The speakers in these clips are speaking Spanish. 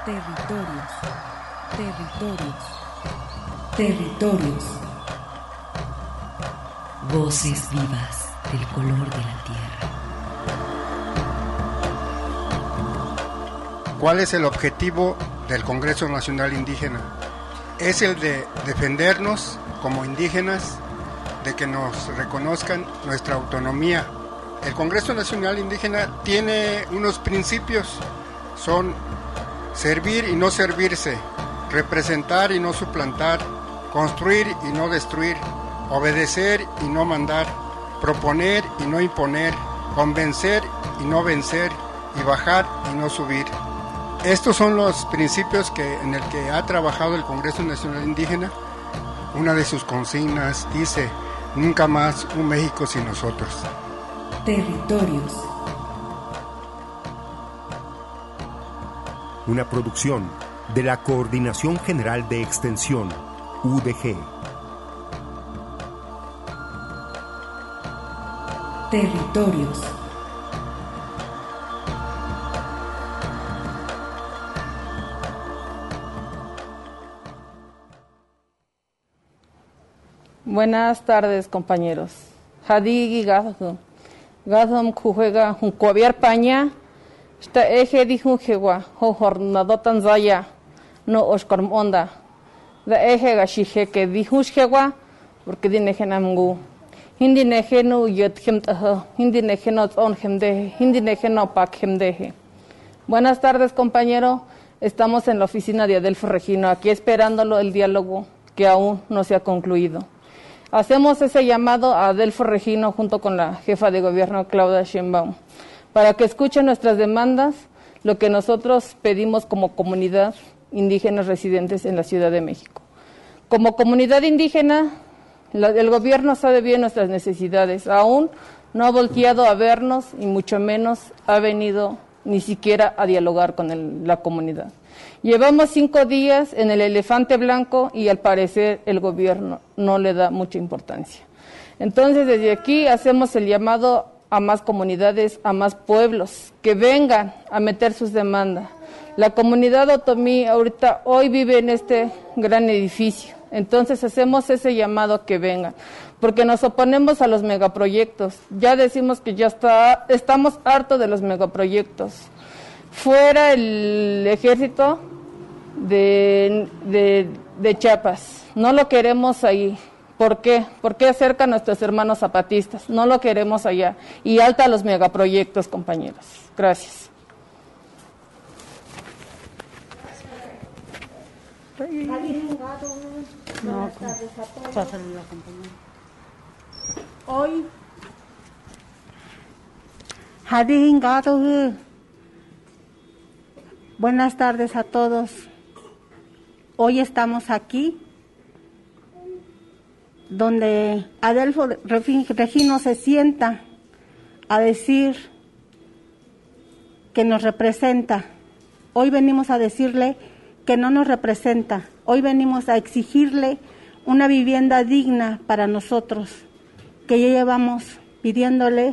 Territorios, territorios, territorios. Voces vivas del color de la tierra. ¿Cuál es el objetivo del Congreso Nacional Indígena? Es el de defendernos como indígenas, de que nos reconozcan nuestra autonomía. El Congreso Nacional Indígena tiene unos principios, son servir y no servirse, representar y no suplantar, construir y no destruir, obedecer y no mandar, proponer y no imponer, convencer y no vencer, y bajar y no subir. Estos son los principios en el que ha trabajado el Congreso Nacional Indígena. Una de sus consignas dice: nunca más un México sin nosotros. Territorios. Una producción de la Coordinación General de Extensión, UDG. Territorios. Buenas tardes, compañeros. Hadigi Gazam Kujuega Juncoviar Paña, esta eje dijunjewa, jornado tanzaya, no oscorm onda. Da eje gashije que dijunjewa, porque dinejenamgu. Hindi nejeno yet hemtaha, hindi nejeno on hemdeje, hindi nejeno pak hemdeje. Buenas tardes, compañero. Estamos en la oficina de Adelfo Regino, aquí esperándolo el diálogo que aún no se ha concluido. Hacemos ese llamado a Adelfo Regino junto con la jefa de gobierno Claudia Sheinbaum para que escuchen nuestras demandas, lo que nosotros pedimos como comunidad indígena residentes en la Ciudad de México. Como comunidad indígena, el gobierno sabe bien nuestras necesidades, aún no ha volteado a vernos y mucho menos ha venido ni siquiera a dialogar con la comunidad. Llevamos 5 días en el elefante blanco y al parecer el gobierno no le da mucha importancia. Entonces desde aquí hacemos el llamado a más comunidades, a más pueblos, que vengan a meter sus demandas. La comunidad otomí ahorita hoy vive en este gran edificio, entonces hacemos ese llamado a que vengan, porque nos oponemos a los megaproyectos. Ya decimos que estamos hartos de los megaproyectos. Fuera el ejército de Chiapas, no lo queremos ahí. ¿Por qué? ¿Por qué acerca a nuestros hermanos zapatistas? No lo queremos allá. Y alta a los megaproyectos, compañeros. Gracias. Hoy buenas tardes a todos. Hoy estamos aquí donde Adelfo Regino se sienta a decir que nos representa. Hoy venimos a decirle que no nos representa. Hoy venimos a exigirle una vivienda digna para nosotros, que ya llevamos pidiéndole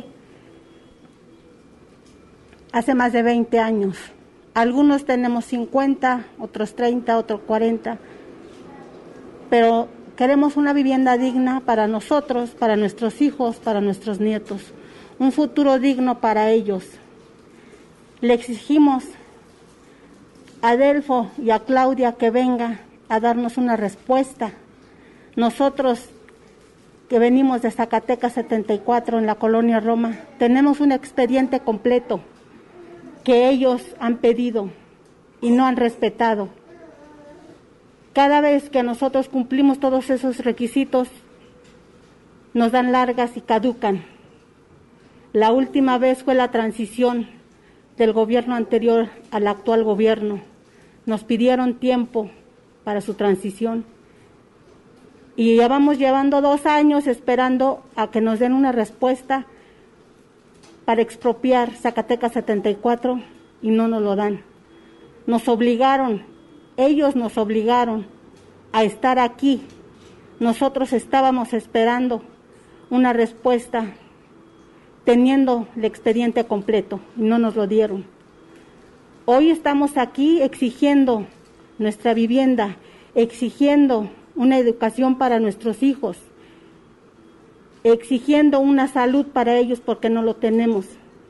hace más de 20 años. Algunos tenemos 50, otros 30, otros 40, pero queremos una vivienda digna para nosotros, para nuestros hijos, para nuestros nietos, un futuro digno para ellos. Le exigimos a Adelfo y a Claudia que venga a darnos una respuesta. Nosotros que venimos de Zacatecas 74 en la colonia Roma, tenemos un expediente completo que ellos han pedido y no han respetado. Cada vez que nosotros cumplimos todos esos requisitos, nos dan largas y caducan. La última vez fue la transición del gobierno anterior al actual gobierno. Nos pidieron tiempo para su transición y ya vamos llevando 2 años esperando a que nos den una respuesta para expropiar Zacatecas 74 y no nos lo dan. Nos obligaron, ellos nos obligaron a estar aquí. Nosotros estábamos esperando una respuesta teniendo el expediente completo y no nos lo dieron. Hoy estamos aquí exigiendo nuestra vivienda, exigiendo una educación para nuestros hijos, exigiendo una salud para ellos porque no lo tenemos.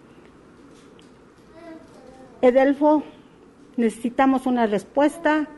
Edelfo, necesitamos una respuesta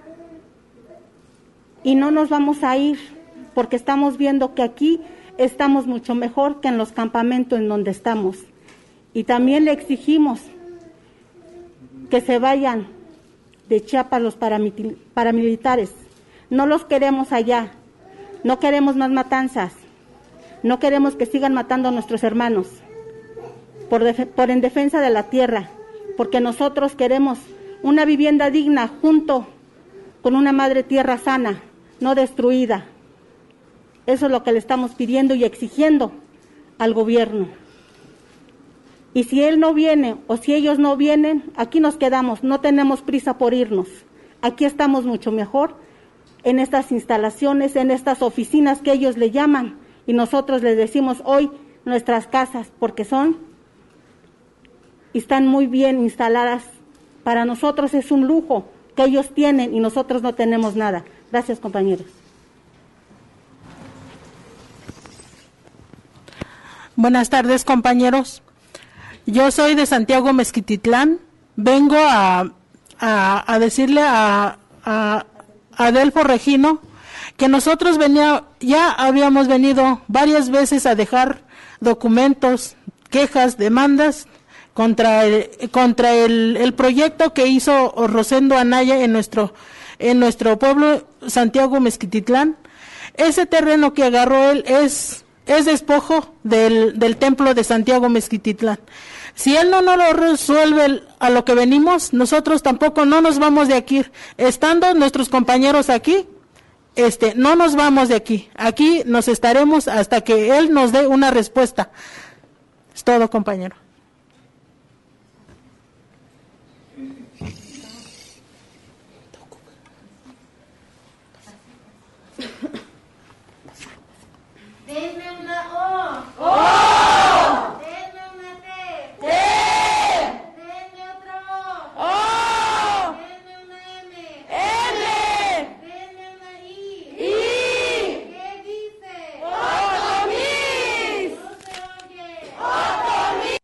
y no nos vamos a ir porque estamos viendo que aquí estamos mucho mejor que en los campamentos en donde estamos. Y también le exigimos que se vayan de Chiapas los paramilitares. No los queremos allá, no queremos más matanzas, no queremos que sigan matando a nuestros hermanos por en defensa de la tierra, porque nosotros queremos una vivienda digna junto con una madre tierra sana, no destruida. Eso es lo que le estamos pidiendo y exigiendo al gobierno. Y si él no viene o si ellos no vienen, aquí nos quedamos, no tenemos prisa por irnos. Aquí estamos mucho mejor en estas instalaciones, en estas oficinas que ellos le llaman, y nosotros les decimos hoy nuestras casas, porque están muy bien instaladas. Para nosotros es un lujo que ellos tienen y nosotros no tenemos nada. Gracias, compañeros. Buenas tardes, compañeros. Yo soy de Santiago Mezquititlán. Vengo a decirle a Adelfo Regino que nosotros ya habíamos venido varias veces a dejar documentos, quejas, demandas contra el proyecto que hizo Rosendo Anaya en nuestro pueblo Santiago Mezquititlán. Ese terreno que agarró él es despojo del templo de Santiago Mezquititlán. Si él no nos lo resuelve a lo que venimos, nosotros tampoco no nos vamos de aquí. Estando nuestros compañeros aquí, no nos vamos de aquí. Aquí nos estaremos hasta que él nos dé una respuesta. Es todo, compañero. Denme una O. ¡Oh! Denme una T. ¡T! Denme otro O. ¡Oh! Denme una M. ¡M! Denme una I. ¡I! ¿Qué dice? ¡Otomís! No se oye. ¡Otomís!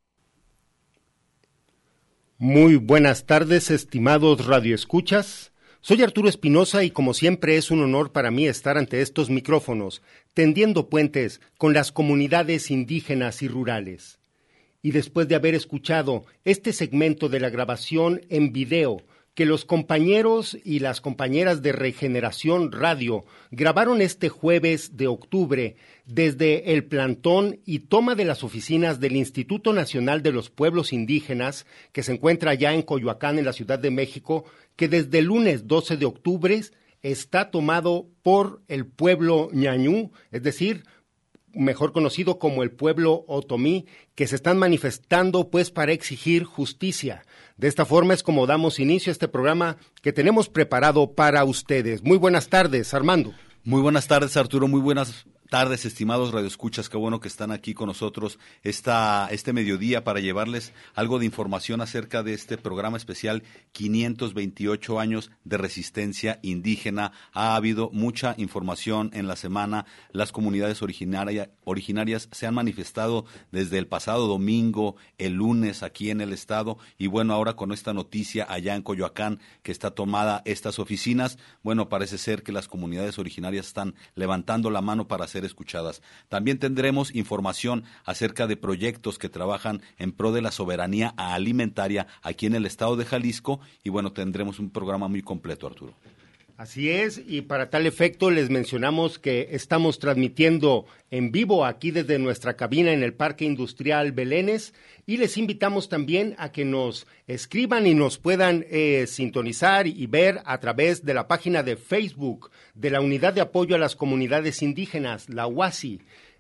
Muy buenas tardes, estimados radioescuchas. Soy Arturo Espinosa y como siempre es un honor para mí estar ante estos micrófonos, tendiendo puentes con las comunidades indígenas y rurales. Y después de haber escuchado este segmento de la grabación en video que los compañeros y las compañeras de Regeneración Radio grabaron este jueves de octubre desde el plantón y toma de las oficinas del Instituto Nacional de los Pueblos Indígenas, que se encuentra allá en Coyoacán, en la Ciudad de México, que desde el lunes 12 de octubre está tomado por el pueblo ñañú, es decir, mejor conocido como el pueblo otomí, que se están manifestando pues para exigir justicia. De esta forma es como damos inicio a este programa que tenemos preparado para ustedes. Muy buenas tardes, Armando. Muy buenas tardes, Arturo. Muy buenas tardes, estimados radioescuchas. Qué bueno que están aquí con nosotros este mediodía para llevarles algo de información acerca de este programa especial 528 años de resistencia indígena. Ha habido mucha información en la semana. Las comunidades originarias se han manifestado desde el pasado domingo, el lunes aquí en el estado, y bueno, ahora con esta noticia allá en Coyoacán que está tomada estas oficinas, bueno, parece ser que las comunidades originarias están levantando la mano para ser escuchadas. También tendremos información acerca de proyectos que trabajan en pro de la soberanía alimentaria aquí en el estado de Jalisco y bueno, tendremos un programa muy completo, Arturo. Así es, y para tal efecto les mencionamos que estamos transmitiendo en vivo aquí desde nuestra cabina en el Parque Industrial Belénes y les invitamos también a que nos escriban y nos puedan sintonizar y ver a través de la página de Facebook de la Unidad de Apoyo a las Comunidades Indígenas, la UASI.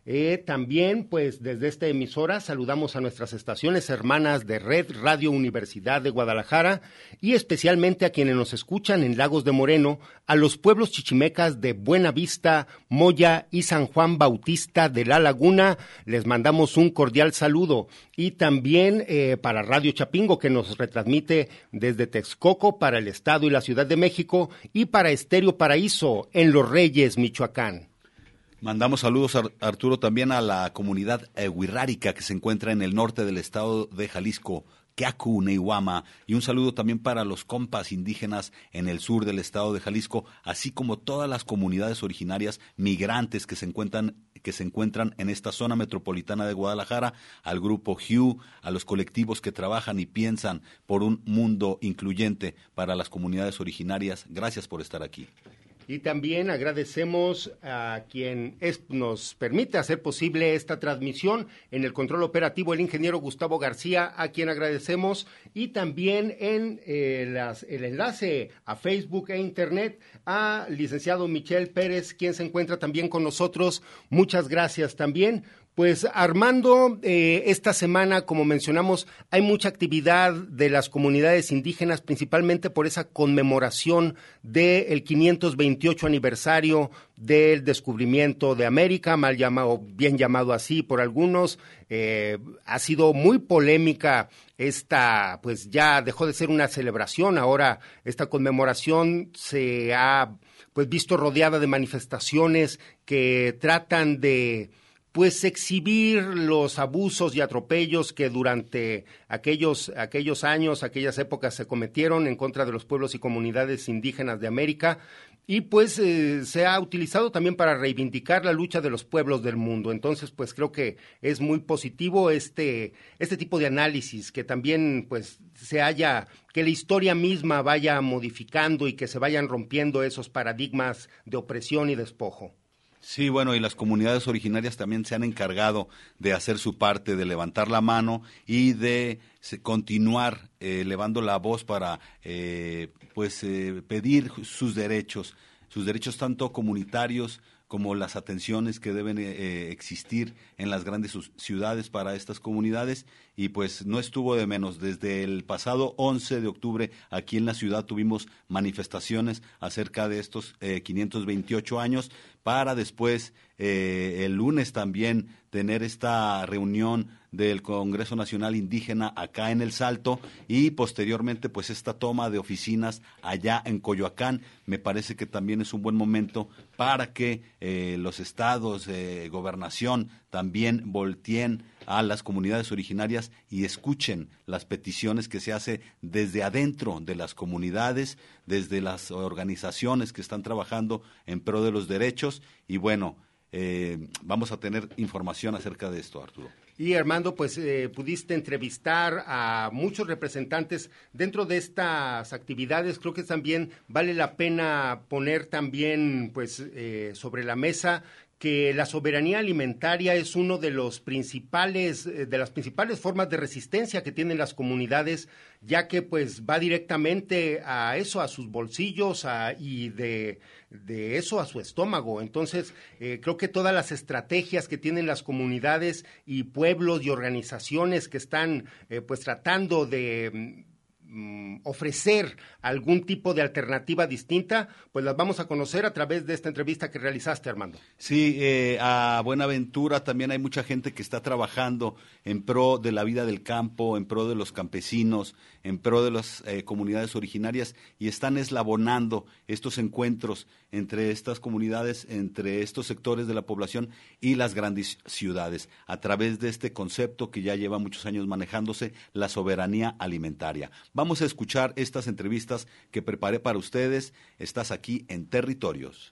También, pues, desde esta emisora saludamos a nuestras estaciones hermanas de Red Radio Universidad de Guadalajara y especialmente a quienes nos escuchan en Lagos de Moreno, a los pueblos chichimecas de Buenavista, Moya y San Juan Bautista de La Laguna. Les mandamos un cordial saludo. Y también para Radio Chapingo, que nos retransmite desde Texcoco para el Estado y la Ciudad de México, y para Estéreo Paraíso en Los Reyes, Michoacán. Mandamos saludos, Arturo, también a la comunidad huirrárica que se encuentra en el norte del estado de Jalisco, Keaku, Neihuama, y un saludo también para los compas indígenas en el sur del estado de Jalisco, así como todas las comunidades originarias migrantes que se encuentran en esta zona metropolitana de Guadalajara, al grupo HUE, a los colectivos que trabajan y piensan por un mundo incluyente para las comunidades originarias. Gracias por estar aquí. Y también agradecemos a quien nos permite hacer posible esta transmisión en el control operativo, el ingeniero Gustavo García, a quien agradecemos, y también en el enlace a Facebook e Internet a licenciado Michel Pérez, quien se encuentra también con nosotros. Muchas gracias también. Pues Armando, esta semana, como mencionamos, hay mucha actividad de las comunidades indígenas, principalmente por esa conmemoración del 528 aniversario del descubrimiento de América, mal llamado, bien llamado así por algunos. Ha sido muy polémica esta, pues ya dejó de ser una celebración, ahora esta conmemoración se ha pues visto rodeada de manifestaciones que tratan de pues exhibir los abusos y atropellos que durante aquellos años, aquellas épocas se cometieron en contra de los pueblos y comunidades indígenas de América, y pues se ha utilizado también para reivindicar la lucha de los pueblos del mundo. Entonces, pues creo que es muy positivo este tipo de análisis, que también pues que la historia misma vaya modificando y que se vayan rompiendo esos paradigmas de opresión y despojo. Sí, bueno, y las comunidades originarias también se han encargado de hacer su parte, de levantar la mano y de continuar elevando la voz para pedir sus derechos tanto comunitarios como las atenciones que deben existir en las grandes ciudades para estas comunidades. Y pues no estuvo de menos. Desde el pasado 11 de octubre aquí en la ciudad tuvimos manifestaciones acerca de estos 528 años, para después el lunes también tener esta reunión del Congreso Nacional Indígena acá en El Salto, y posteriormente pues esta toma de oficinas allá en Coyoacán. Me parece que también es un buen momento para que los estados de gobernación también volteen a las comunidades originarias y escuchen las peticiones que se hace desde adentro de las comunidades, desde las organizaciones que están trabajando en pro de los derechos. Y bueno, vamos a tener información acerca de esto, Arturo. Y Armando, pues pudiste entrevistar a muchos representantes dentro de estas actividades. Creo que también vale la pena poner también pues sobre la mesa que la soberanía alimentaria es uno de las principales formas de resistencia que tienen las comunidades, ya que pues va directamente a eso, a sus bolsillos y de eso a su estómago. Entonces, creo que todas las estrategias que tienen las comunidades y pueblos y organizaciones que están pues tratando de ofrecer algún tipo de alternativa distinta, pues las vamos a conocer a través de esta entrevista que realizaste, Armando. Sí, a Buenaventura también hay mucha gente que está trabajando en pro de la vida del campo, en pro de los campesinos, en pro de las comunidades originarias, y están eslabonando estos encuentros entre estas comunidades, entre estos sectores de la población y las grandes ciudades, a través de este concepto que ya lleva muchos años manejándose, la soberanía alimentaria. Vamos a escuchar estas entrevistas que preparé para ustedes. Estás aquí en Territorios.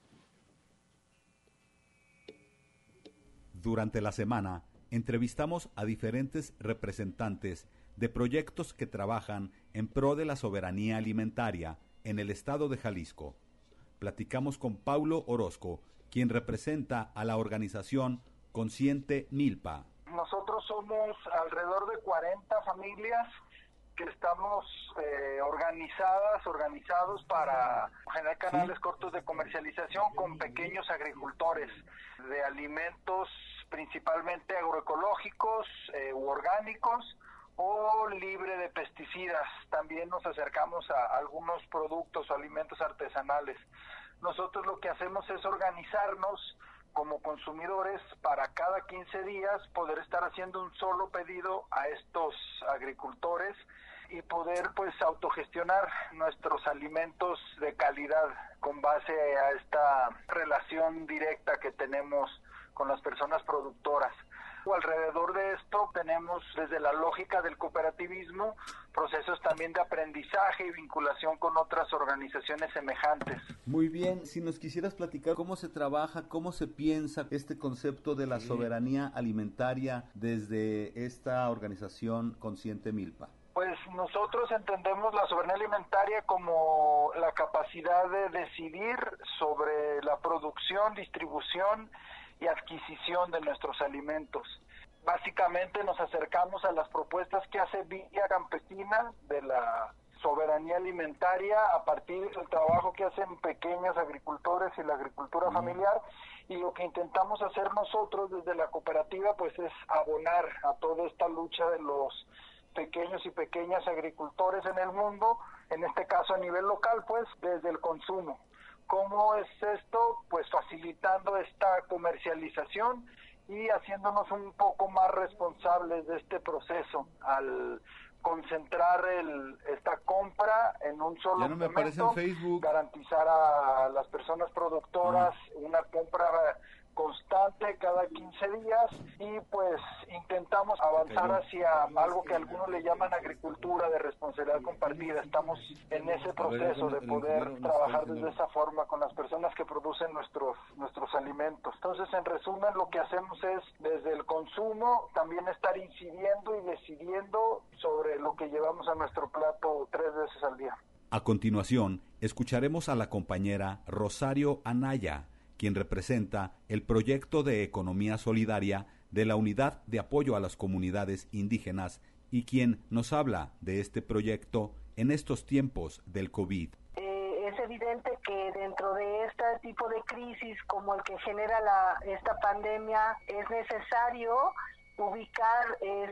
Durante la semana, entrevistamos a diferentes representantes de proyectos que trabajan en pro de la soberanía alimentaria en el estado de Jalisco. Platicamos con Paulo Orozco, quien representa a la organización Consciente Milpa. Nosotros somos alrededor de 40 familias que estamos organizados para generar canales cortos de comercialización con pequeños agricultores de alimentos principalmente agroecológicos u orgánicos o libre de pesticidas. También nos acercamos a algunos productos o alimentos artesanales. Nosotros lo que hacemos es organizarnos como consumidores para cada 15 días poder estar haciendo un solo pedido a estos agricultores y poder pues autogestionar nuestros alimentos de calidad con base a esta relación directa que tenemos con las personas productoras. Alrededor de esto tenemos desde la lógica del cooperativismo procesos también de aprendizaje y vinculación con otras organizaciones semejantes. Muy bien, si nos quisieras platicar cómo se trabaja, cómo se piensa este concepto de la soberanía alimentaria desde esta organización Consciente Milpa. Pues nosotros entendemos la soberanía alimentaria como la capacidad de decidir sobre la producción, distribución y adquisición de nuestros alimentos. Básicamente nos acercamos a las propuestas que hace Villa Campesina de la soberanía alimentaria a partir del trabajo que hacen pequeños agricultores y la agricultura familiar, y lo que intentamos hacer nosotros desde la cooperativa pues es abonar a toda esta lucha de los pequeños y pequeñas agricultores en el mundo, en este caso a nivel local, pues desde el consumo. ¿Cómo es esto? Pues facilitando esta comercialización y haciéndonos un poco más responsables de este proceso al concentrar esta compra en un solo ya no me aparece en Facebook. Garantizar a las personas productoras una compra constante cada 15 días y pues intentamos avanzar hacia algo que algunos le llaman agricultura de responsabilidad compartida. Estamos en ese proceso de poder trabajar desde esa forma con las personas que producen nuestros alimentos. Entonces, en resumen, lo que hacemos es desde el consumo también estar incidiendo y decidiendo sobre lo que llevamos a nuestro plato 3 veces al día. A continuación, escucharemos a la compañera Rosario Anaya, quien representa el proyecto de economía solidaria de la Unidad de Apoyo a las Comunidades Indígenas y quien nos habla de este proyecto en estos tiempos del COVID. Es evidente que dentro de este tipo de crisis como el que genera esta pandemia es necesario ubicar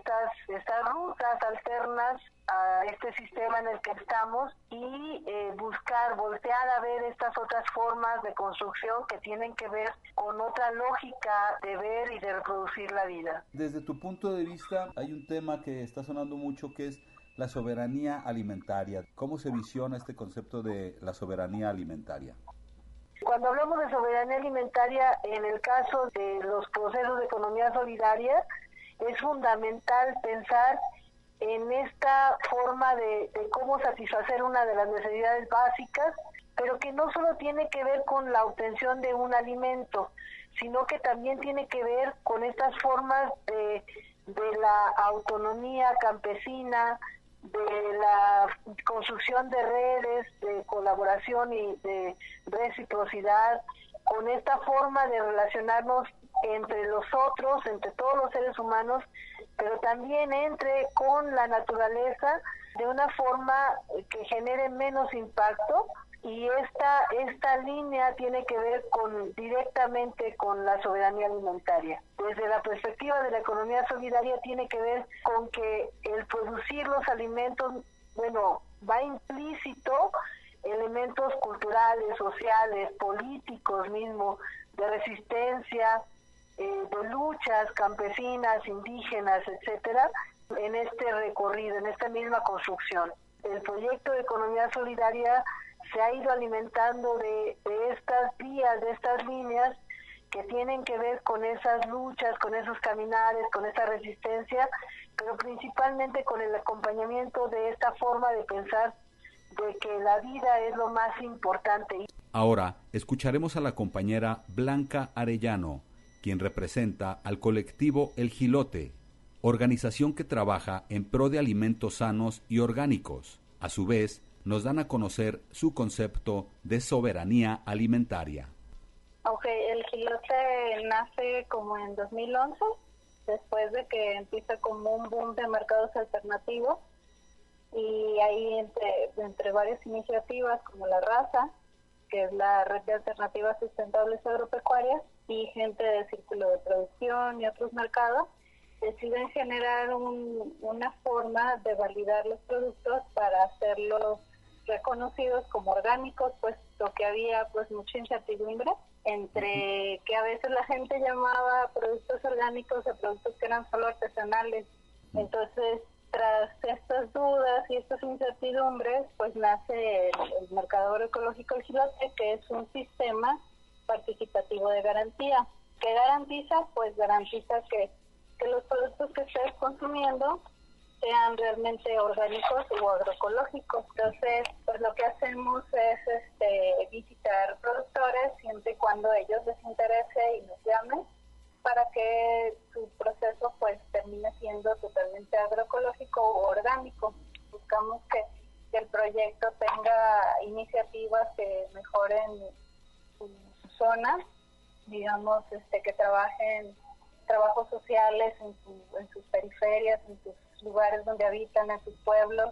estas rutas alternas a este sistema en el que estamos y voltear a ver estas otras formas de construcción que tienen que ver con otra lógica de ver y de reproducir la vida. Desde tu punto de vista, hay un tema que está sonando mucho que es la soberanía alimentaria. ¿Cómo se visiona este concepto de la soberanía alimentaria? Cuando hablamos de soberanía alimentaria, en el caso de los procesos de economía solidaria, es fundamental pensar en esta forma de cómo satisfacer una de las necesidades básicas, pero que no solo tiene que ver con la obtención de un alimento, sino que también tiene que ver con estas formas de la autonomía campesina, de la construcción de redes de colaboración y de reciprocidad, con esta forma de relacionarnos entre los otros, entre todos los seres humanos, pero también con la naturaleza de una forma que genere menos impacto, y esta línea tiene que ver directamente con la soberanía alimentaria. Desde la perspectiva de la economía solidaria tiene que ver con que el producir los alimentos, va implícito elementos culturales, sociales, políticos mismo, de resistencia, de luchas campesinas, indígenas, etcétera, en este recorrido, en esta misma construcción. El proyecto de economía solidaria se ha ido alimentando de estas vías, de estas líneas que tienen que ver con esas luchas, con esos caminares, con esa resistencia, pero principalmente con el acompañamiento de esta forma de pensar de que la vida es lo más importante. Ahora escucharemos a la compañera Blanca Arellano, quien representa al colectivo El Jilote, organización que trabaja en pro de alimentos sanos y orgánicos. A su vez, nos dan a conocer su concepto de soberanía alimentaria. El Jilote nace como en 2011, después de que empieza como un boom de mercados alternativos, y hay entre varias iniciativas como La Raza, que es la Red de Alternativas Sustentables Agropecuarias, y gente del Círculo de Producción y otros mercados, deciden generar una forma de validar los productos para hacerlos reconocidos como orgánicos, puesto que había pues mucha incertidumbre entre que a veces la gente llamaba productos orgánicos a productos que eran solo artesanales. Entonces, tras estas dudas y estas incertidumbres, pues nace el Mercado Agroecológico El Jilote, que es un sistema participativo de garantía. ¿Qué garantiza? Pues garantiza que los productos que estés consumiendo sean realmente orgánicos o agroecológicos. Entonces, pues lo que hacemos es visitar productores siempre y cuando ellos les interese y nos llamen para que su proceso pues termine siendo totalmente agroecológico o orgánico. Buscamos que el proyecto tenga iniciativas que mejoren su zona, digamos, que trabajen trabajos sociales en sus periferias, en sus lugares donde habitan, en sus pueblos,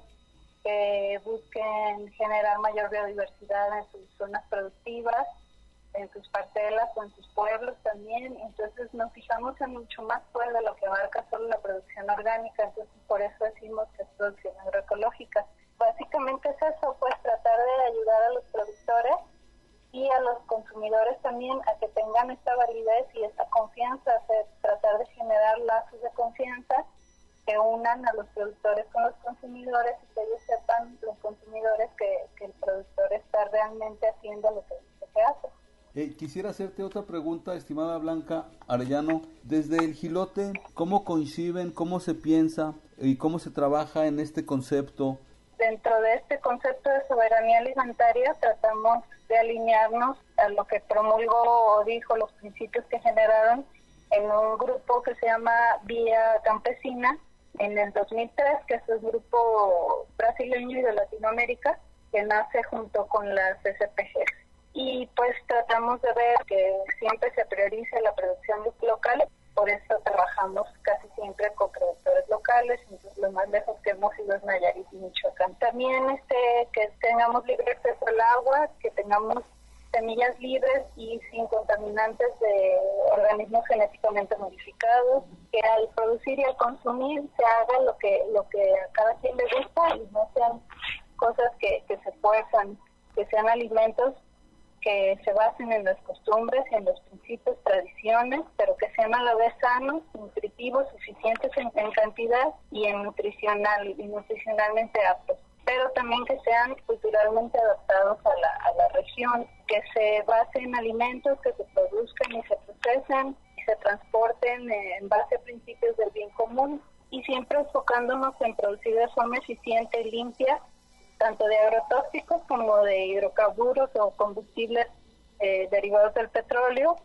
que busquen generar mayor biodiversidad en sus zonas productivas, en sus parcelas o en sus pueblos también. Entonces nos fijamos en mucho más pues de lo que abarca solo la producción orgánica, entonces por eso decimos que es producción agroecológica. Básicamente es eso, pues tratar de ayudar a los productores y a los consumidores también a que tengan esta validez y esta confianza, tratar de generar lazos de confianza que unan a los productores con los consumidores y que ellos sepan, los consumidores, que el productor está realmente haciendo lo que hace. Quisiera hacerte otra pregunta, estimada Blanca Arellano. Desde El Jilote, ¿cómo coinciden, cómo se piensa y cómo se trabaja en este concepto? Dentro de este concepto de soberanía alimentaria tratamos de alinearnos a lo que promulgó o dijo los principios que generaron en un grupo que se llama Vía Campesina en el 2003, que es un grupo brasileño y de Latinoamérica que nace junto con las SPG. Y pues tratamos de ver que siempre se priorice la producción local, por eso trabajamos casi siempre con productores locales, entonces lo más lejos que hemos ido es Nayarit y Michoacán. También que tengamos libre acceso al agua, que tengamos semillas libres y sin contaminantes de organismos genéticamente modificados, que al producir y al consumir se haga lo que a cada quien le gusta y no sean cosas que se fuerzan, que sean alimentos que se basen en las costumbres, en los principios, tradiciones, pero que sean a la vez sanos, nutritivos, suficientes en cantidad y nutricionalmente aptos, pero también que sean culturalmente adaptados a la región, que se basen en alimentos que se produzcan y se procesen y se transporten en base a principios del bien común y siempre enfocándonos en producir de forma eficiente y limpia, tanto de agrotóxicos como de hidrocarburos o combustibles derivados del petróleo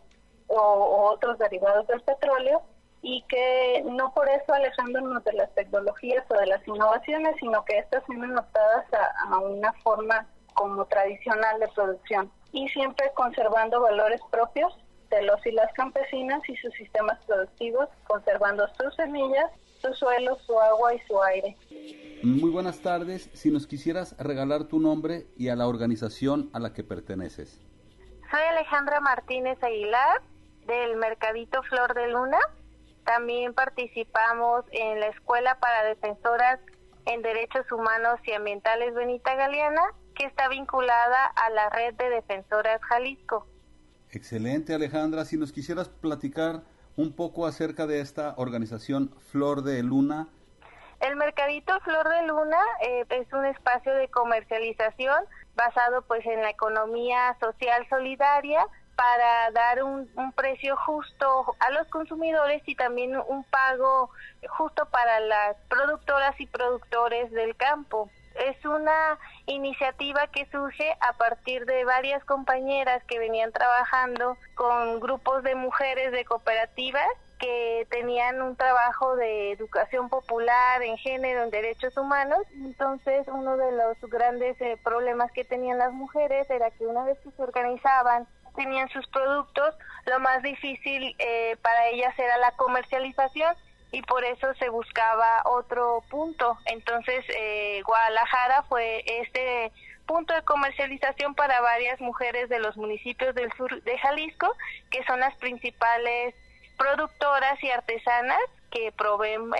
o otros derivados del petróleo, y que no por eso alejándonos de las tecnologías o de las innovaciones, sino que estas sean adaptadas a una forma como tradicional de producción y siempre conservando valores propios de los y las campesinas y sus sistemas productivos, conservando sus semillas, su suelo, su agua y su aire. Muy buenas tardes. Si nos quisieras regalar tu nombre y a la organización a la que perteneces. Soy Alejandra Martínez Aguilar, del Mercadito Flor de Luna. También participamos en la Escuela para Defensoras en Derechos Humanos y Ambientales Benita Galeana, que está vinculada a la Red de Defensoras Jalisco. Excelente, Alejandra. Si nos quisieras platicar un poco acerca de esta organización Flor de Luna. El Mercadito Flor de Luna es un espacio de comercialización basado pues en la economía social solidaria para dar un precio justo a los consumidores y también un pago justo para las productoras y productores del campo. Es una iniciativa que surge a partir de varias compañeras que venían trabajando con grupos de mujeres de cooperativas que tenían un trabajo de educación popular en género, en derechos humanos. Entonces, uno de los grandes problemas que tenían las mujeres era que una vez que se organizaban, tenían sus productos, lo más difícil para ellas era la comercialización y por eso se buscaba otro punto. Entonces Guadalajara fue este punto de comercialización para varias mujeres de los municipios del sur de Jalisco, que son las principales productoras y artesanas que proveen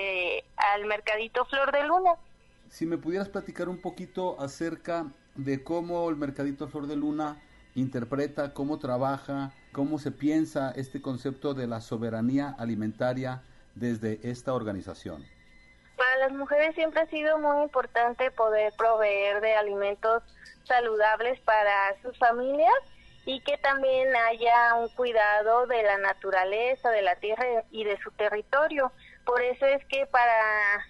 al mercadito Flor de Luna. Si me pudieras platicar un poquito acerca de cómo el mercadito Flor de Luna interpreta, cómo trabaja, cómo se piensa este concepto de la soberanía alimentaria desde esta organización. Para las mujeres siempre ha sido muy importante poder proveer de alimentos saludables para sus familias y que también haya un cuidado de la naturaleza, de la tierra y de su territorio. Por eso es que para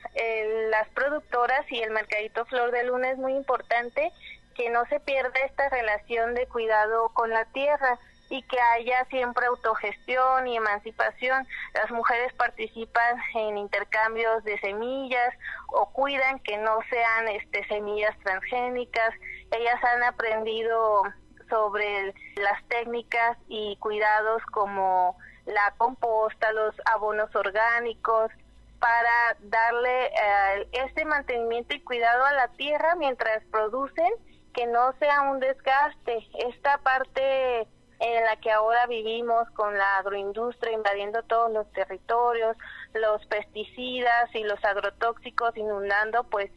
las productoras y el mercadito Flor de Luna es muy importante que no se pierda esta relación de cuidado con la tierra y que haya siempre autogestión y emancipación. Las mujeres participan en intercambios de semillas o cuidan que no sean semillas transgénicas. Ellas han aprendido sobre las técnicas y cuidados como la composta, los abonos orgánicos, para darle este mantenimiento y cuidado a la tierra mientras producen, que no sea un desgaste. Esta parte en la que ahora vivimos con la agroindustria invadiendo todos los territorios, los pesticidas y los agrotóxicos inundando pues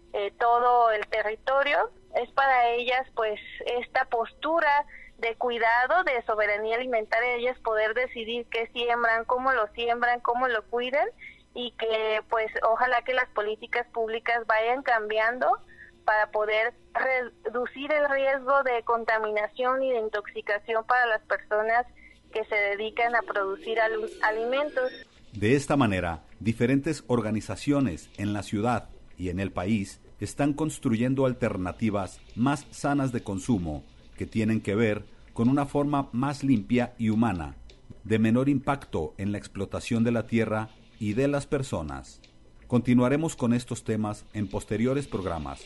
todo el territorio, es para ellas pues esta postura de cuidado, de soberanía alimentaria, ellas poder decidir qué siembran, cómo lo cuidan, y que pues ojalá que las políticas públicas vayan cambiando para poder reducir el riesgo de contaminación y de intoxicación para las personas que se dedican a producir alimentos. De esta manera, diferentes organizaciones en la ciudad y en el país están construyendo alternativas más sanas de consumo que tienen que ver con una forma más limpia y humana, de menor impacto en la explotación de la tierra y de las personas. Continuaremos con estos temas en posteriores programas.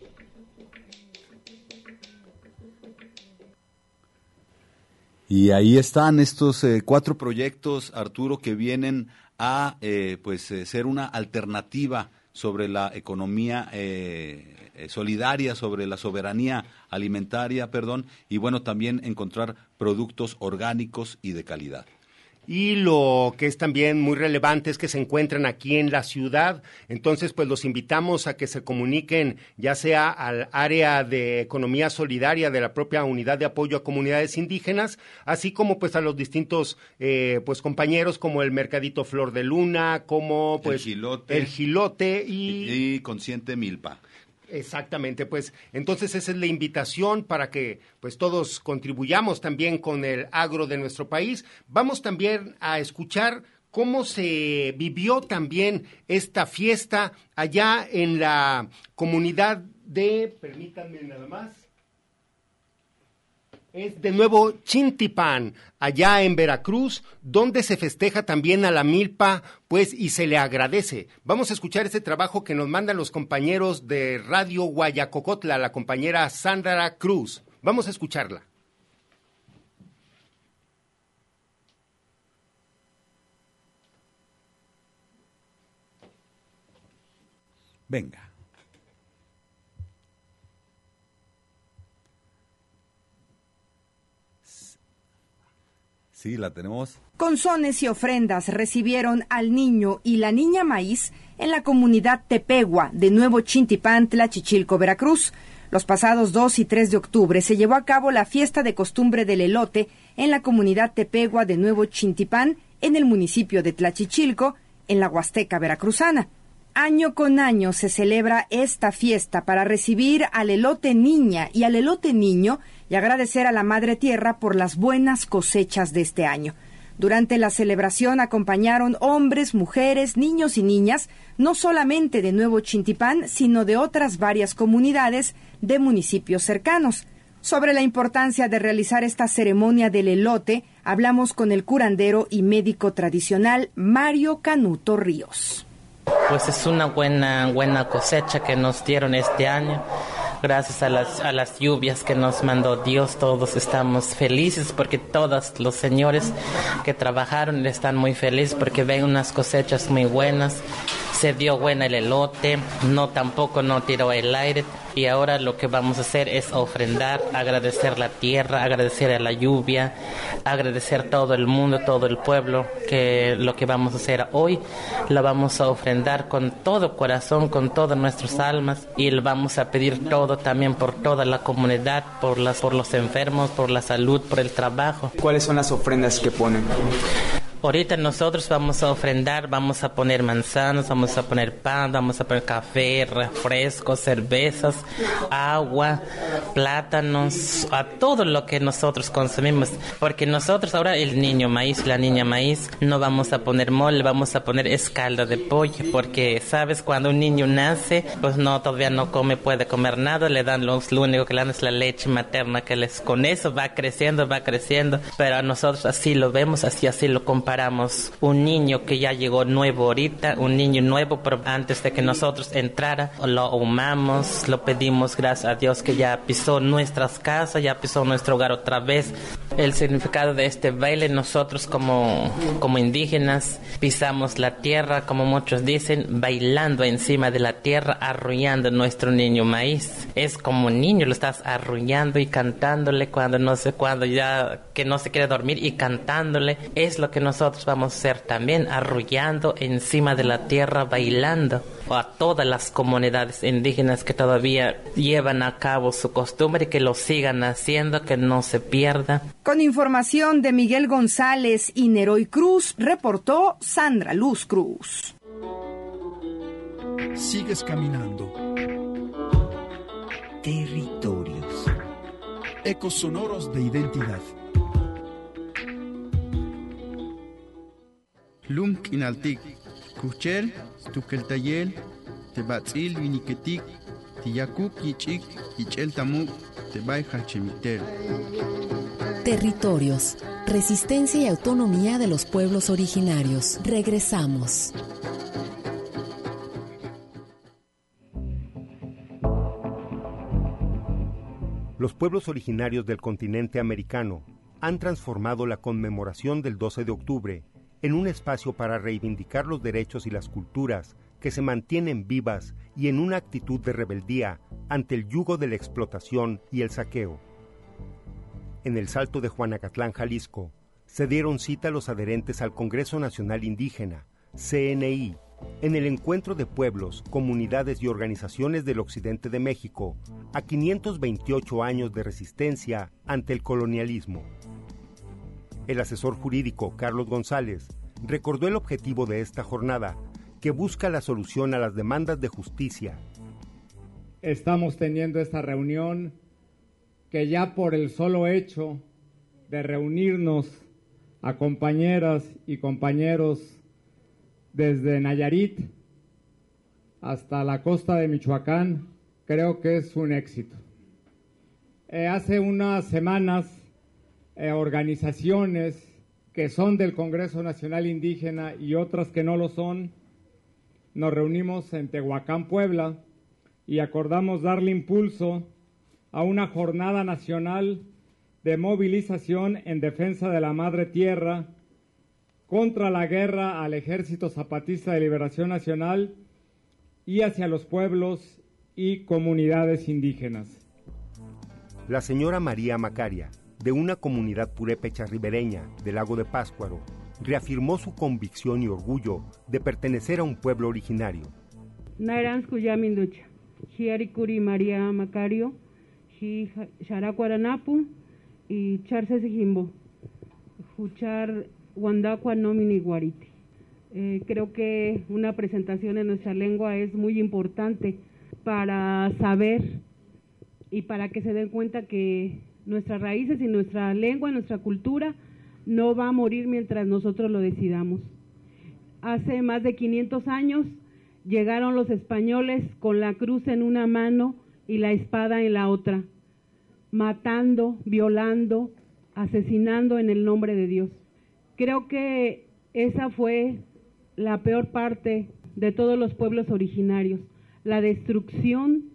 Y ahí están estos 4 proyectos, Arturo, que vienen a ser una alternativa sobre la economía solidaria, sobre la soberanía alimentaria, y bueno, también encontrar productos orgánicos y de calidad. Y lo que es también muy relevante es que se encuentran aquí en la ciudad. Entonces, pues los invitamos a que se comuniquen ya sea al área de economía solidaria de la propia unidad de apoyo a comunidades indígenas, así como pues a los distintos compañeros como el Mercadito Flor de Luna, como pues el Jilote y Consciente Milpa. Exactamente, pues entonces esa es la invitación para que pues todos contribuyamos también con el agro de nuestro país. Vamos también a escuchar cómo se vivió también esta fiesta allá en la comunidad permítanme nada más, es de Nuevo Chintipán, allá en Veracruz, donde se festeja también a la milpa, pues, y se le agradece. Vamos a escuchar este trabajo que nos mandan los compañeros de Radio Guayacocotla, la compañera Sandra Cruz. Vamos a escucharla. Venga. Sí, la tenemos. Con sones y ofrendas recibieron al niño y la niña maíz en la comunidad Tepegua de Nuevo Chintipán, Tlachichilco, Veracruz. Los pasados 2 y 3 de octubre se llevó a cabo la fiesta de costumbre del elote en la comunidad Tepegua de Nuevo Chintipán, en el municipio de Tlachichilco, en la Huasteca veracruzana. Año con año se celebra esta fiesta para recibir al elote niña y al elote niño y agradecer a la Madre Tierra por las buenas cosechas de este año. Durante la celebración acompañaron hombres, mujeres, niños y niñas, no solamente de Nuevo Chintipán, sino de otras varias comunidades de municipios cercanos. Sobre la importancia de realizar esta ceremonia del elote, hablamos con el curandero y médico tradicional Mario Canuto Ríos. Pues es una buena cosecha que nos dieron este año. gracias a las lluvias que nos mandó Dios, todos estamos felices porque todos los señores que trabajaron están muy felices porque ven unas cosechas muy buenas. Se dio buena el elote, tampoco tiró el aire, y ahora lo que vamos a hacer es ofrendar, agradecer la tierra, agradecer a la lluvia, agradecer a todo el mundo, todo el pueblo, que lo que vamos a hacer hoy lo vamos a ofrendar con todo corazón, con todas nuestras almas, y le vamos a pedir todo también por toda la comunidad, por los enfermos, por la salud, por el trabajo. ¿Cuáles son las ofrendas que ponen? Ahorita nosotros vamos a ofrendar, vamos a poner manzanas, vamos a poner pan, vamos a poner café, refrescos, cervezas, agua, plátanos, a todo lo que nosotros consumimos. Porque nosotros ahora el niño maíz, la niña maíz, no vamos a poner mole, vamos a poner caldo de pollo. Porque, ¿sabes? Cuando un niño nace, pues todavía no puede comer nada, le dan lo único que le dan es la leche materna, con eso va creciendo. Pero a nosotros así lo vemos, así lo comparamos. Un niño que ya llegó nuevo ahorita, un niño nuevo, pero antes de que nosotros entrara, lo ahumamos, lo pedimos gracias a Dios que ya pisó nuestras casas, ya pisó nuestro hogar otra vez. El significado de este baile, nosotros como indígenas pisamos la tierra, como muchos dicen, bailando encima de la tierra, arrullando nuestro niño maíz. Es como un niño, lo estás arrullando y cantándole cuando ya que no se quiere dormir, y cantándole. Es lo que nosotros vamos a hacer también, arrullando encima de la tierra, bailando. A todas las comunidades indígenas que todavía llevan a cabo su costumbre, y que lo sigan haciendo, que no se pierda. Con información de Miguel González y Neroy Cruz, reportó Sandra Luz Cruz. Sigues caminando. Territorios. Ecos sonoros de identidad. Lum Kinaltik, Kuchel, Tukeltayel, Tebatzil, Viniketik, Tiyakuk, Yichik, Yichel Tamuk, Tebay Hachemitel. Territorios, resistencia y autonomía de los pueblos originarios. Regresamos. Los pueblos originarios del continente americano han transformado la conmemoración del 12 de octubre en un espacio para reivindicar los derechos y las culturas que se mantienen vivas y en una actitud de rebeldía ante el yugo de la explotación y el saqueo. En el Salto de Juanacatlán, Jalisco, se dieron cita los adherentes al Congreso Nacional Indígena, CNI, en el encuentro de pueblos, comunidades y organizaciones del occidente de México a 528 años de resistencia ante el colonialismo. El asesor jurídico Carlos González recordó el objetivo de esta jornada, que busca la solución a las demandas de justicia. Estamos teniendo esta reunión que ya por el solo hecho de reunirnos a compañeras y compañeros desde Nayarit hasta la costa de Michoacán, creo que es un éxito. Hace unas semanas, organizaciones que son del Congreso Nacional Indígena y otras que no lo son, nos reunimos en Tehuacán, Puebla, y acordamos darle impulso a una jornada nacional de movilización en defensa de la Madre Tierra, contra la guerra al Ejército Zapatista de Liberación Nacional y hacia los pueblos y comunidades indígenas. La señora María Macaria, de una comunidad purépecha ribereña del lago de Pátzcuaro, reafirmó su convicción y orgullo de pertenecer a un pueblo originario. Nairanskuyaminducha, Chiaricuri María Macario, Characuaranapu y Charcesijimbo, Juchar Wandacua Nomini Guariti. Creo que una presentación en nuestra lengua es muy importante para saber y para que se den cuenta que nuestras raíces y nuestra lengua, nuestra cultura, no va a morir mientras nosotros lo decidamos. Hace más de 500 años llegaron los españoles con la cruz en una mano y la espada en la otra, matando, violando, asesinando en el nombre de Dios. Creo que esa fue la peor parte de todos los pueblos originarios, la destrucción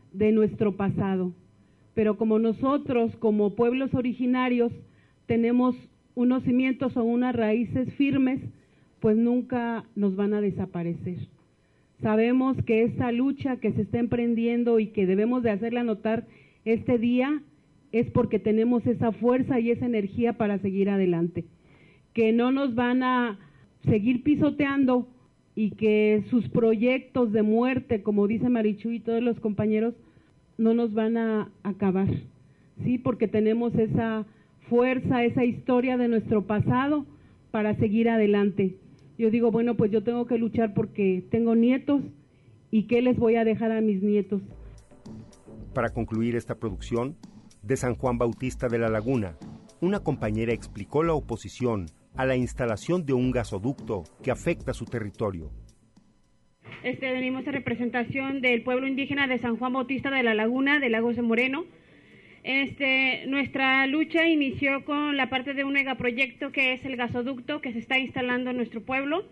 de nuestro pasado. Pero como nosotros, como pueblos originarios, tenemos unos cimientos o unas raíces firmes, pues nunca nos van a desaparecer. Sabemos que esta lucha que se está emprendiendo y que debemos de hacerla notar este día es porque tenemos esa fuerza y esa energía para seguir adelante. Que no nos van a seguir pisoteando y que sus proyectos de muerte, como dice Marichu y todos los compañeros, no nos van a acabar, ¿sí? Porque tenemos esa fuerza, esa historia de nuestro pasado para seguir adelante. Yo digo, bueno, pues yo tengo que luchar porque tengo nietos y ¿qué les voy a dejar a mis nietos? Para concluir esta producción, de San Juan Bautista de la Laguna, una compañera explicó la oposición a la instalación de un gasoducto que afecta su territorio. Venimos en representación del pueblo indígena de San Juan Bautista de la Laguna, de Lagos de Moreno. Nuestra lucha inició con la parte de un megaproyecto que es el gasoducto que se está instalando en nuestro pueblo.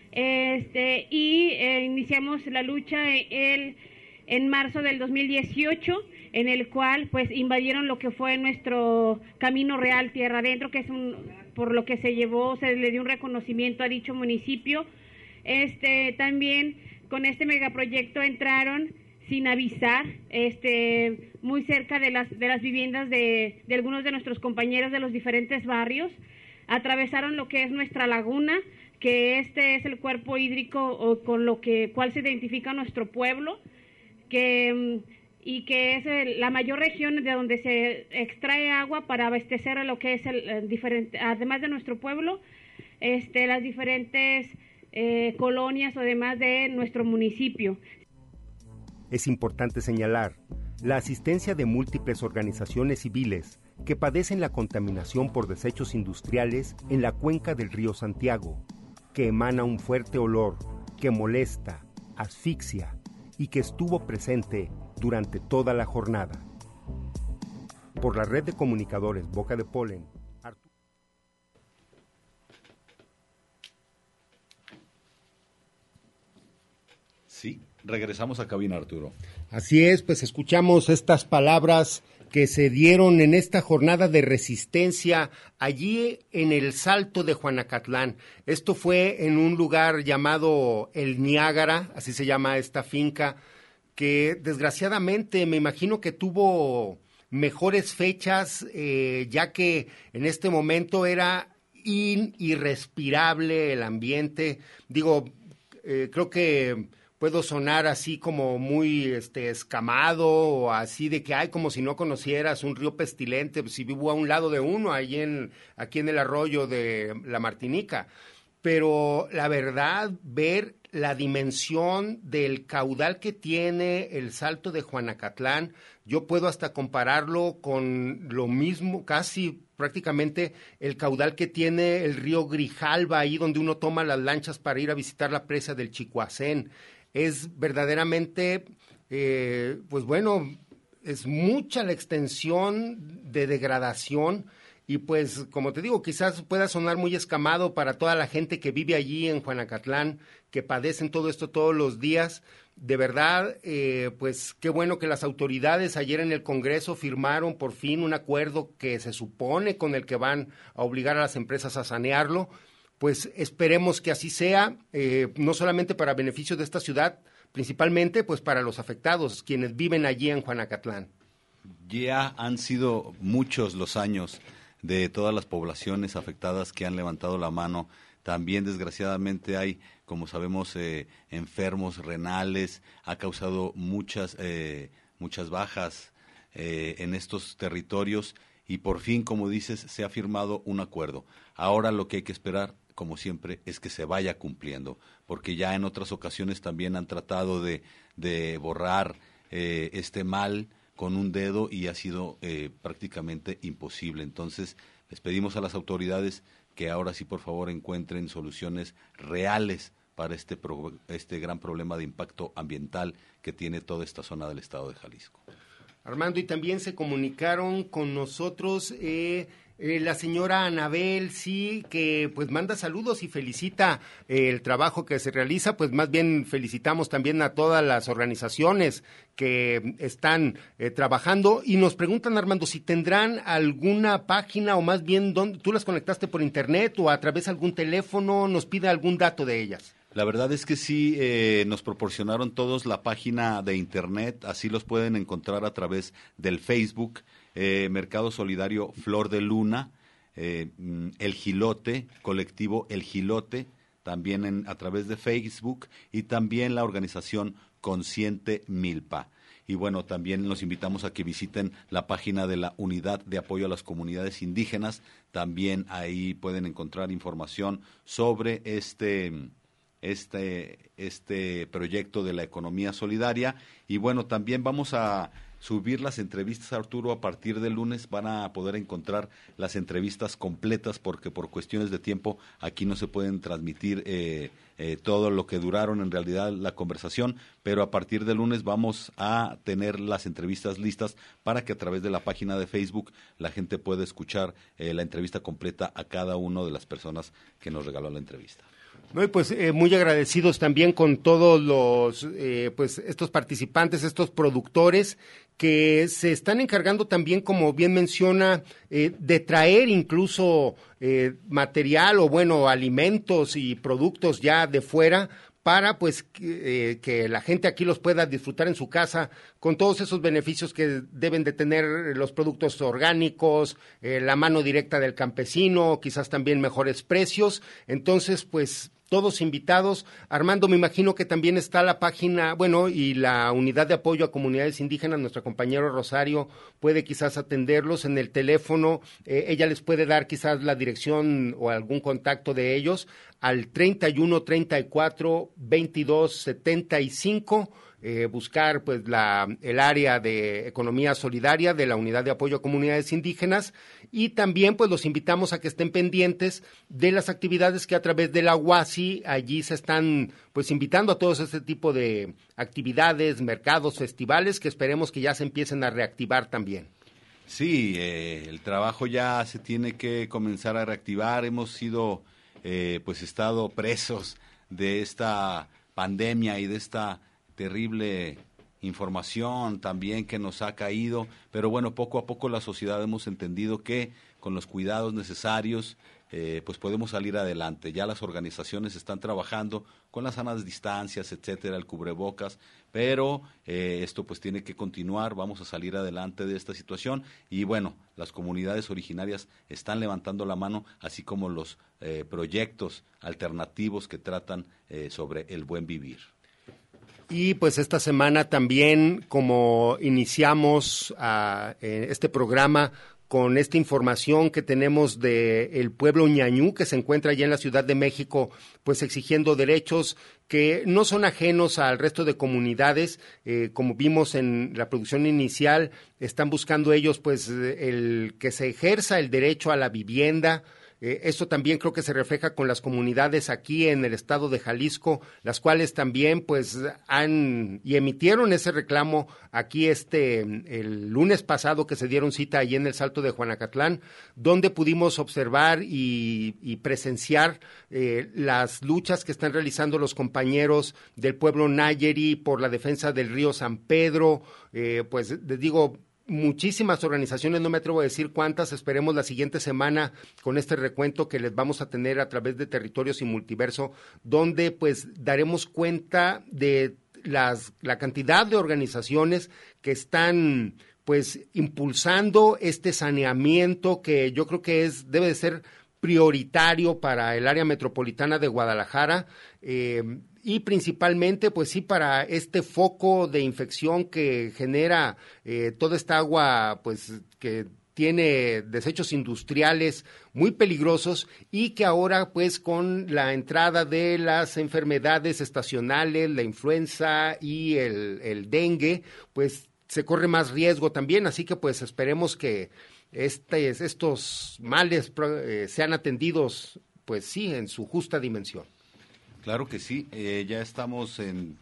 Iniciamos la lucha en marzo del 2018, en el cual pues invadieron lo que fue nuestro Camino Real Tierra Adentro, que es por lo que se le dio un reconocimiento a dicho municipio. También con este megaproyecto entraron sin avisar, muy cerca de las viviendas de algunos de nuestros compañeros de los diferentes barrios. Atravesaron lo que es nuestra laguna, que es el cuerpo hídrico cual se identifica nuestro pueblo, y que es la mayor región de donde se extrae agua para abastecer a lo que es además de nuestro pueblo, las diferentes colonias o demás de nuestro municipio. Es importante señalar la asistencia de múltiples organizaciones civiles que padecen la contaminación por desechos industriales en la cuenca del río Santiago, que emana un fuerte olor que molesta, asfixia y que estuvo presente durante toda la jornada. Por la red de comunicadores Boca de Polen, Sí, regresamos a cabina, Arturo. Así es, pues escuchamos estas palabras que se dieron en esta jornada de resistencia allí en el Salto de Juanacatlán. Esto fue en un lugar llamado El Niágara, así se llama esta finca, que desgraciadamente me imagino que tuvo mejores fechas, ya que en este momento era irrespirable el ambiente. Digo, creo que puedo sonar así como muy escamado, o así de que, como si no conocieras un río pestilente, si vivo a un lado de uno, aquí en el arroyo de la Martinica. Pero la verdad, ver la dimensión del caudal que tiene el Salto de Juanacatlán, yo puedo hasta compararlo con lo mismo, casi prácticamente el caudal que tiene el río Grijalva, ahí donde uno toma las lanchas para ir a visitar la presa del Chicoacén. Es verdaderamente, pues bueno, es mucha la extensión de degradación y pues, como te digo, quizás pueda sonar muy escamado para toda la gente que vive allí en Juanacatlán, que padecen todo esto todos los días. De verdad, pues qué bueno que las autoridades ayer en el Congreso firmaron por fin un acuerdo que se supone con el que van a obligar a las empresas a sanearlo. Pues esperemos que así sea, no solamente para beneficio de esta ciudad, principalmente pues para los afectados, quienes viven allí en Juanacatlán. Ya han sido muchos los años de todas las poblaciones afectadas que han levantado la mano. También desgraciadamente hay, como sabemos, enfermos renales, ha causado muchas bajas en estos territorios y por fin, como dices, se ha firmado un acuerdo. Ahora lo que hay que esperar, como siempre, es que se vaya cumpliendo, porque ya en otras ocasiones también han tratado de borrar este mal con un dedo y ha sido prácticamente imposible. Entonces, les pedimos a las autoridades que ahora sí, por favor, encuentren soluciones reales para este gran problema de impacto ambiental que tiene toda esta zona del estado de Jalisco. Armando, y también se comunicaron con nosotros La señora Anabel, sí, que pues manda saludos y felicita el trabajo que se realiza, pues más bien felicitamos también a todas las organizaciones que están trabajando, y nos preguntan, Armando, si tendrán alguna página, o más bien, ¿dónde tú las conectaste por internet o a través de algún teléfono? Nos pide algún dato de ellas. La verdad es que sí, nos proporcionaron todos la página de internet, así los pueden encontrar a través del Facebook, Mercado Solidario Flor de Luna, El Jilote, colectivo El Jilote, también a través de Facebook, y también la organización Consciente Milpa. Y bueno, también los invitamos a que visiten la página de la Unidad de Apoyo a las Comunidades Indígenas, también ahí pueden encontrar información sobre este proyecto de la economía solidaria. Y bueno, también vamos a subir las entrevistas, Arturo. A partir del lunes van a poder encontrar las entrevistas completas, porque por cuestiones de tiempo aquí no se pueden transmitir todo lo que duraron en realidad la conversación, pero a partir del lunes vamos a tener las entrevistas listas para que a través de la página de Facebook la gente pueda escuchar la entrevista completa a cada una de las personas que nos regaló la entrevista. No, y pues muy agradecidos también con todos los pues estos participantes, estos productores que se están encargando también, como bien menciona, de traer incluso material o bueno, alimentos y productos ya de fuera para pues que la gente aquí los pueda disfrutar en su casa con todos esos beneficios que deben de tener los productos orgánicos, la mano directa del campesino, quizás también mejores precios. Entonces, pues todos invitados. Armando, me imagino que también está la página, bueno, y la Unidad de Apoyo a Comunidades Indígenas, nuestro compañero Rosario puede quizás atenderlos en el teléfono, ella les puede dar quizás la dirección o algún contacto de ellos al 31 34 22 75, buscar pues el área de economía solidaria de la Unidad de Apoyo a Comunidades Indígenas, y también pues los invitamos a que estén pendientes de las actividades que a través de la UASI allí se están pues invitando a todos este tipo de actividades, mercados, festivales, que esperemos que ya se empiecen a reactivar también. Sí, el trabajo ya se tiene que comenzar a reactivar. Hemos sido pues estado presos de esta pandemia y de esta terrible información también que nos ha caído, pero bueno, poco a poco la sociedad hemos entendido que con los cuidados necesarios pues podemos salir adelante. Ya las organizaciones están trabajando con las sanas distancias, etcétera, el cubrebocas, pero esto pues tiene que continuar. Vamos a salir adelante de esta situación, y bueno, las comunidades originarias están levantando la mano, así como los proyectos alternativos que tratan sobre el buen vivir. Y pues esta semana también, como iniciamos este programa con esta información que tenemos del pueblo ñañú, que se encuentra allá en la Ciudad de México, pues exigiendo derechos que no son ajenos al resto de comunidades, como vimos en la producción inicial, están buscando ellos pues el que se ejerza el derecho a la vivienda. Esto también creo que se refleja con las comunidades aquí en el estado de Jalisco, las cuales también pues emitieron ese reclamo aquí el lunes pasado, que se dieron cita allí en el Salto de Juanacatlán, donde pudimos observar y presenciar las luchas que están realizando los compañeros del pueblo Nayeri por la defensa del río San Pedro. Pues les digo, muchísimas organizaciones, no me atrevo a decir cuántas. Esperemos la siguiente semana con este recuento que les vamos a tener a través de Territorios y Multiverso, donde pues daremos cuenta de la cantidad de organizaciones que están pues impulsando este saneamiento, que yo creo que debe de ser prioritario para el área metropolitana de Guadalajara, y principalmente, pues sí, para este foco de infección que genera toda esta agua, pues que tiene desechos industriales muy peligrosos, y que ahora, pues con la entrada de las enfermedades estacionales, la influenza y el dengue, pues se corre más riesgo también. Así que pues esperemos que estos males sean atendidos, pues sí, en su justa dimensión. Claro que sí, ya estamos en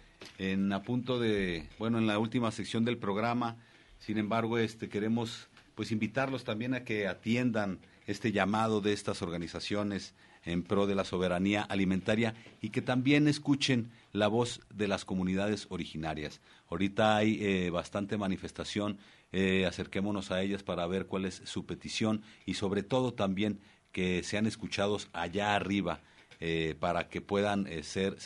a punto de, bueno, en la última sección del programa. Sin embargo, queremos pues invitarlos también a que atiendan este llamado de estas organizaciones en pro de la soberanía alimentaria y que también escuchen la voz de las comunidades originarias. Ahorita hay bastante manifestación, acerquémonos a ellas para ver cuál es su petición y sobre todo también que sean escuchados allá arriba para que puedan ser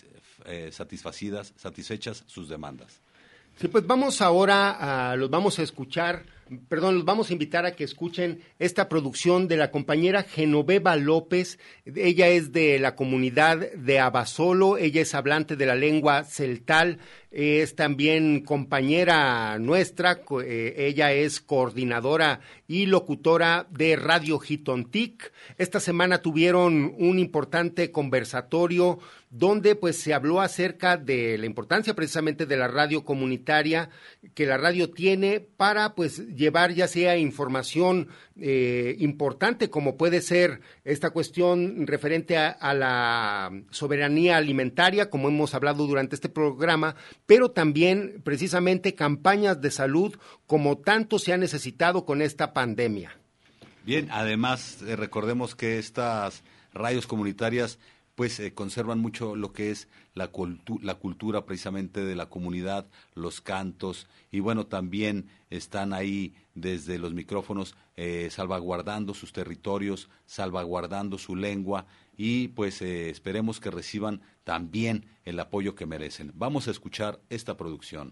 satisfechas sus demandas. Sí, pues vamos ahora los vamos a invitar a que escuchen esta producción de la compañera Genoveva López. Ella es de la comunidad de Abasolo, ella es hablante de la lengua celtal, es también compañera nuestra, ella es coordinadora y locutora de Radio Jitontic. Esta semana tuvieron un importante conversatorio donde pues se habló acerca de la importancia precisamente de la radio comunitaria que la radio tiene para pues llevar ya sea información importante como puede ser esta cuestión referente a la soberanía alimentaria, como hemos hablado durante este programa, pero también precisamente campañas de salud como tanto se ha necesitado con esta pandemia. Bien, además recordemos que estas radios comunitarias pues conservan mucho lo que es la cultura precisamente de la comunidad, los cantos, y bueno, también están ahí desde los micrófonos salvaguardando sus territorios, salvaguardando su lengua, y pues esperemos que reciban también el apoyo que merecen. Vamos a escuchar esta producción.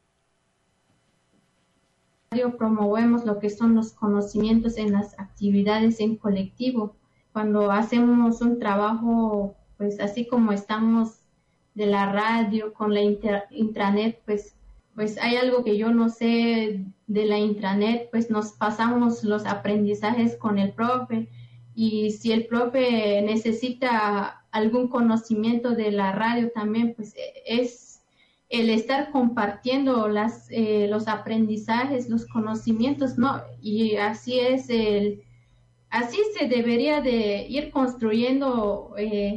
Promovemos lo que son los conocimientos en las actividades en colectivo. Cuando hacemos un trabajo, pues así como estamos de la radio con la intranet, pues hay algo que yo no sé de la intranet, pues nos pasamos los aprendizajes con el profe, y si el profe necesita algún conocimiento de la radio también, pues es el estar compartiendo los aprendizajes, los conocimientos, ¿no? Y así es así se debería de ir construyendo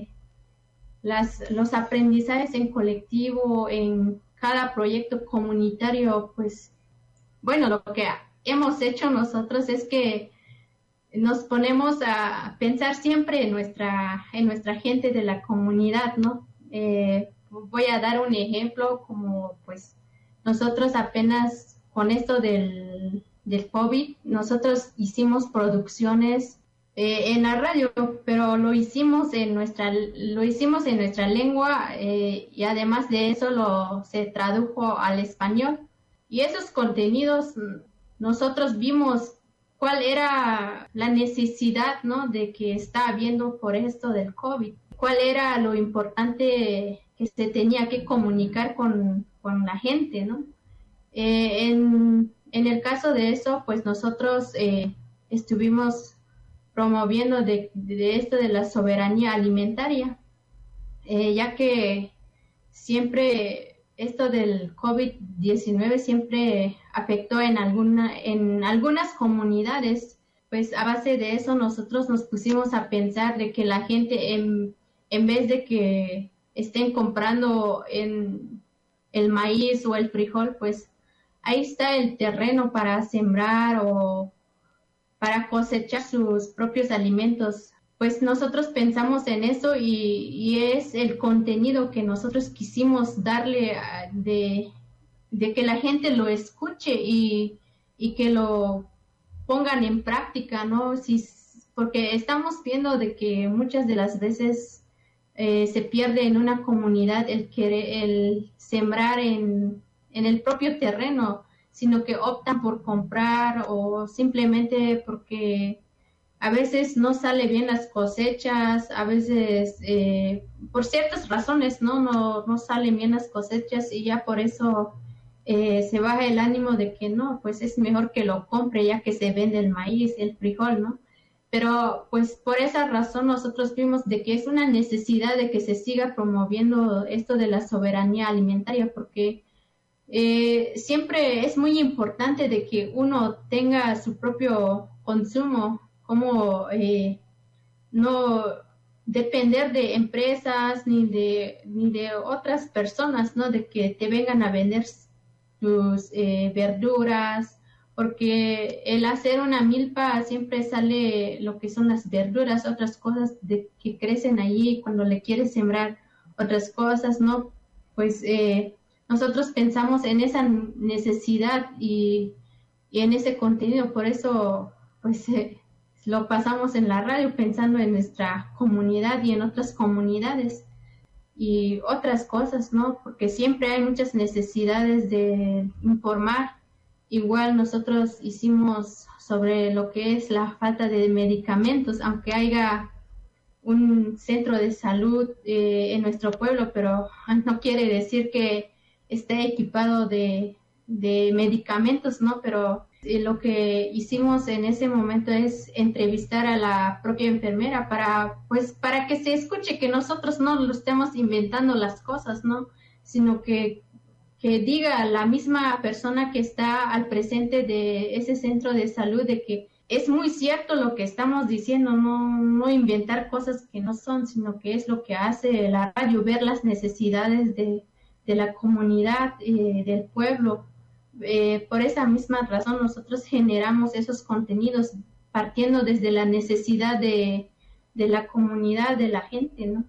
los aprendizajes en colectivo, en cada proyecto comunitario. Pues bueno, lo que hemos hecho nosotros es que nos ponemos a pensar siempre en nuestra gente de la comunidad, ¿no? Voy a dar un ejemplo, como pues nosotros apenas con esto del COVID, nosotros hicimos producciones en la radio, pero lo hicimos en nuestra lengua, y además de eso se tradujo al español. Y esos contenidos nosotros vimos cuál era la necesidad, ¿no?, de que está habiendo por esto del COVID, cuál era lo importante que se tenía que comunicar con la gente, ¿no? En el caso de eso, pues nosotros estuvimos promoviendo de esto de la soberanía alimentaria, ya que siempre esto del COVID-19 siempre afectó en algunas comunidades. Pues a base de eso nosotros nos pusimos a pensar de que la gente en vez de que estén comprando en el maíz o el frijol, pues ahí está el terreno para sembrar o para cosechar sus propios alimentos. Pues nosotros pensamos en eso y es el contenido que nosotros quisimos darle de que la gente lo escuche y que lo pongan en práctica, ¿no? Porque estamos viendo de que muchas de las veces se pierde en una comunidad el sembrar en el propio terreno, sino que optan por comprar o simplemente porque a veces no sale bien las cosechas, a veces por ciertas razones no salen bien las cosechas, y ya por eso se baja el ánimo de que no, pues es mejor que lo compre ya que se vende el maíz, el frijol, ¿no? Pero pues por esa razón nosotros vimos de que es una necesidad de que se siga promoviendo esto de la soberanía alimentaria, porque siempre es muy importante de que uno tenga su propio consumo, como no depender de empresas ni de otras personas, ¿no? De que te vengan a vender tus verduras porque el hacer una milpa siempre sale lo que son las verduras, otras cosas que crecen allí cuando le quieres sembrar otras cosas, ¿no? Pues nosotros pensamos en esa necesidad y en ese contenido, por eso pues lo pasamos en la radio pensando en nuestra comunidad y en otras comunidades y otras cosas, ¿no? Porque siempre hay muchas necesidades de informar. Igual nosotros hicimos sobre lo que es la falta de medicamentos, aunque haya un centro de salud en nuestro pueblo, pero no quiere decir que esté equipado de medicamentos, ¿no? Pero lo que hicimos en ese momento es entrevistar a la propia enfermera para que se escuche que nosotros no lo estemos inventando las cosas, ¿no? Sino que diga la misma persona que está al presente de ese centro de salud de que es muy cierto lo que estamos diciendo, no inventar cosas que no son, sino que es lo que hace la radio, ver las necesidades de la comunidad, del pueblo. Por esa misma razón nosotros generamos esos contenidos partiendo desde la necesidad de la comunidad, de la gente, ¿no?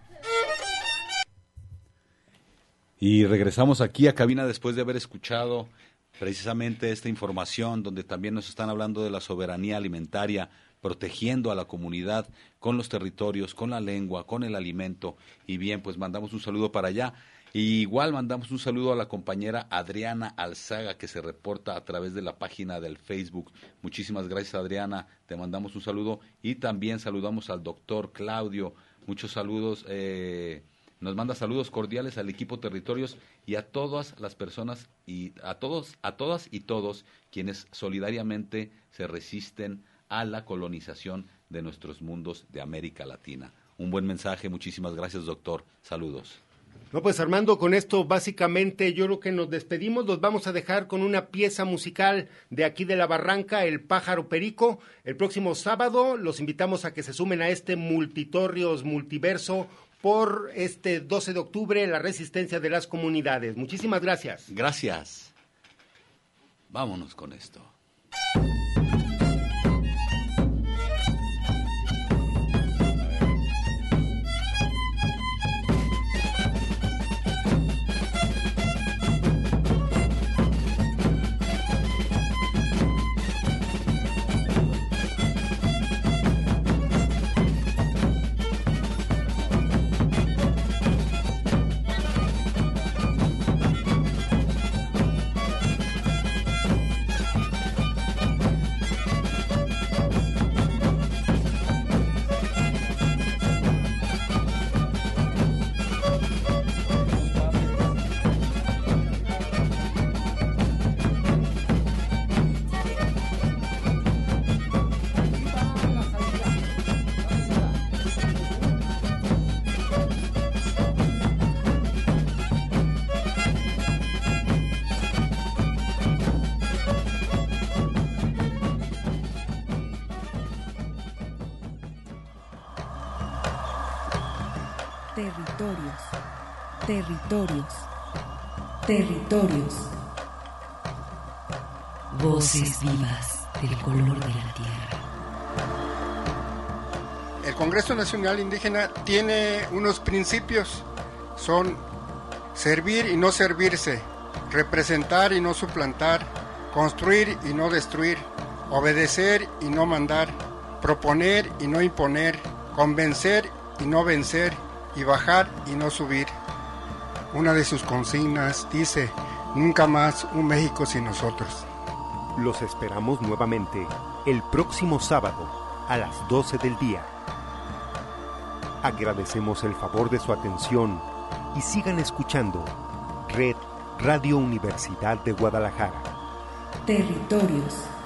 Y regresamos aquí a cabina después de haber escuchado precisamente esta información donde también nos están hablando de la soberanía alimentaria, protegiendo a la comunidad con los territorios, con la lengua, con el alimento. Y bien, pues mandamos un saludo para allá. Y igual mandamos un saludo a la compañera Adriana Alzaga, que se reporta a través de la página del Facebook. Muchísimas gracias, Adriana, te mandamos un saludo. Y también saludamos al doctor Claudio. Muchos saludos, nos manda saludos cordiales al equipo Territorios y a todas las personas y a todas y todos quienes solidariamente se resisten a la colonización de nuestros mundos de América Latina. Un buen mensaje, muchísimas gracias, doctor. Saludos. No, pues Armando, con esto básicamente yo creo que nos despedimos, los vamos a dejar con una pieza musical de aquí de la Barranca, El Pájaro Perico. El próximo sábado los invitamos a que se sumen a este Multitorrios Multiverso por este 12 de octubre, la resistencia de las comunidades. Muchísimas gracias. Gracias. Vámonos con esto. Territorios. Voces vivas del color de la tierra. El Congreso Nacional Indígena tiene unos principios, son servir y no servirse, representar y no suplantar, construir y no destruir, obedecer y no mandar, proponer y no imponer, convencer y no vencer, y bajar y no subir. Una de sus consignas dice, nunca más un México sin nosotros. Los esperamos nuevamente el próximo sábado a las 12 del día. Agradecemos el favor de su atención y sigan escuchando Red Radio Universidad de Guadalajara. Territorios.